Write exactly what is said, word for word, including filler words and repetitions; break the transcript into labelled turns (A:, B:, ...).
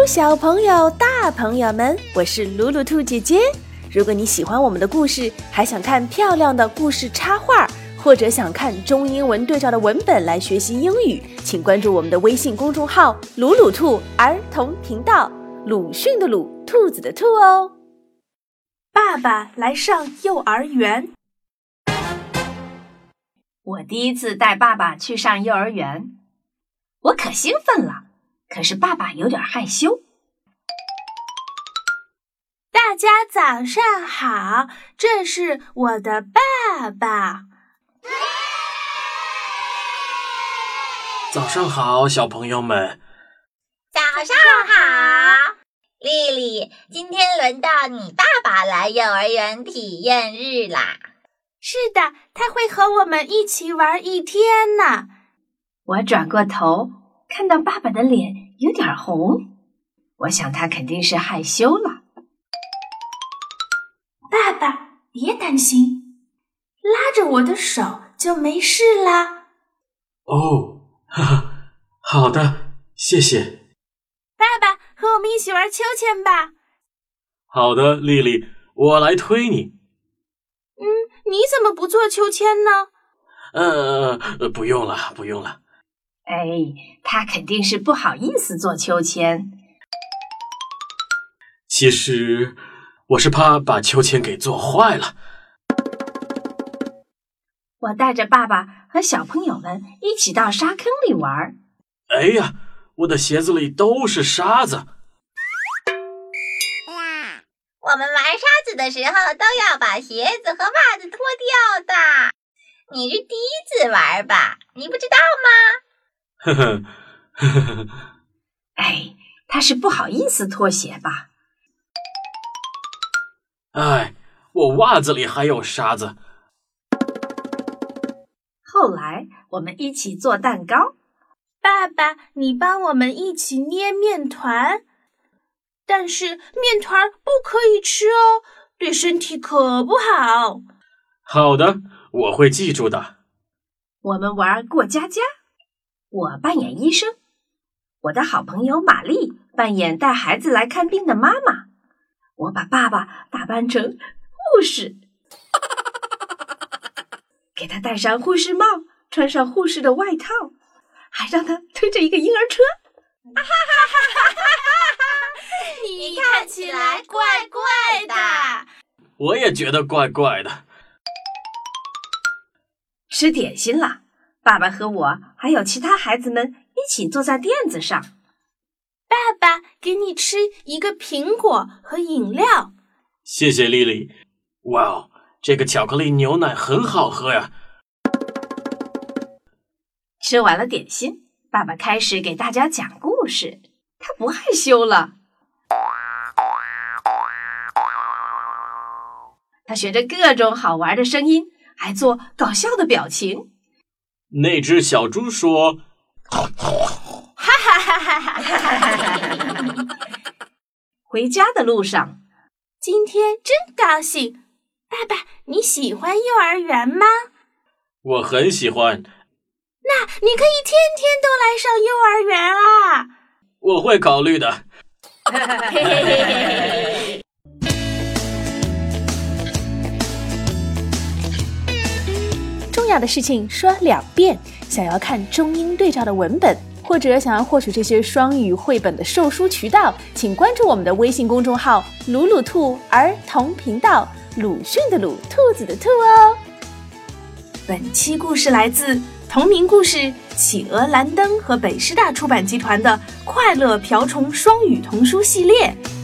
A: 小朋友、大朋友们，我是鲁鲁兔姐姐。如果你喜欢我们的故事，还想看漂亮的故事插画，或者想看中英文对照的文本来学习英语，请关注我们的微信公众号鲁鲁兔儿童频道，鲁迅的鲁，兔子的兔哦。
B: 爸爸来上幼儿园。
C: 我第一次带爸爸去上幼儿园，我可兴奋了，可是爸爸有点害羞。
B: 大家早上好，这是我的爸爸。
D: 早上好，小朋友们。
E: 早上好，丽丽，今天轮到你爸爸来幼儿园体验日啦。
B: 是的，他会和我们一起玩一天呢。
C: 我转过头，看到爸爸的脸有点红，我想他肯定是害羞了。
B: 爸爸，别担心，拉着我的手就没事啦。
D: 哦，哈哈，好的，谢谢。
B: 爸爸，和我们一起玩秋千吧。
D: 好的，丽丽，我来推你。
B: 嗯，你怎么不坐秋千呢？
D: 呃，不用了，不用了。
C: 哎，他肯定是不好意思坐秋千。
D: 其实我是怕把秋千给坐坏了。
C: 我带着爸爸和小朋友们一起到沙坑里玩。
D: 哎呀，我的鞋子里都是沙子。
E: 我们玩沙子的时候都要把鞋子和袜子脱掉的。你是第一次玩吧？你不知道吗？
D: 呵呵呵呵。
C: 哎，他是不好意思脱鞋吧？
D: 哎，我袜子里还有沙子。
C: 后来我们一起做蛋糕。
B: 爸爸，你帮我们一起捏面团。但是面团不可以吃哦，对身体可不好。
D: 好的，我会记住的。
C: 我们玩过家家，我扮演医生，我的好朋友玛丽扮演带孩子来看病的妈妈，我把爸爸打扮成护士，给他戴上护士帽，穿上护士的外套，还让他推着一个婴儿车。
E: 哈哈哈哈哈！
B: 你看起来怪怪的。
D: 我也觉得怪怪的。
C: 吃点心了，爸爸和我还有其他孩子们一起坐在垫子上。
B: 爸爸，给你吃一个苹果和饮料。
D: 谢谢丽丽。哇哦，这个巧克力牛奶很好喝呀。
C: 吃完了点心，爸爸开始给大家讲故事，他不害羞了。他学着各种好玩的声音，还做搞笑的表情。
D: 那只小猪说：
B: 哈哈哈哈哈哈！
C: 回家的路上，
B: 今天真高兴。爸爸，你喜欢幼儿园吗？
D: 我很喜欢。
B: 那你可以天天都来上幼儿园啊。
D: 我会考虑的。
A: 重要的事情说两遍。想要看中英对照的文本，或者想要获取这些双语绘本的售书渠道，请关注我们的微信公众号鲁鲁兔儿童频道，鲁迅的鲁，兔子的兔哦。
B: 本期故事来自同名故事企鹅蓝灯和北师大出版集团的快乐瓢虫双语童书系列。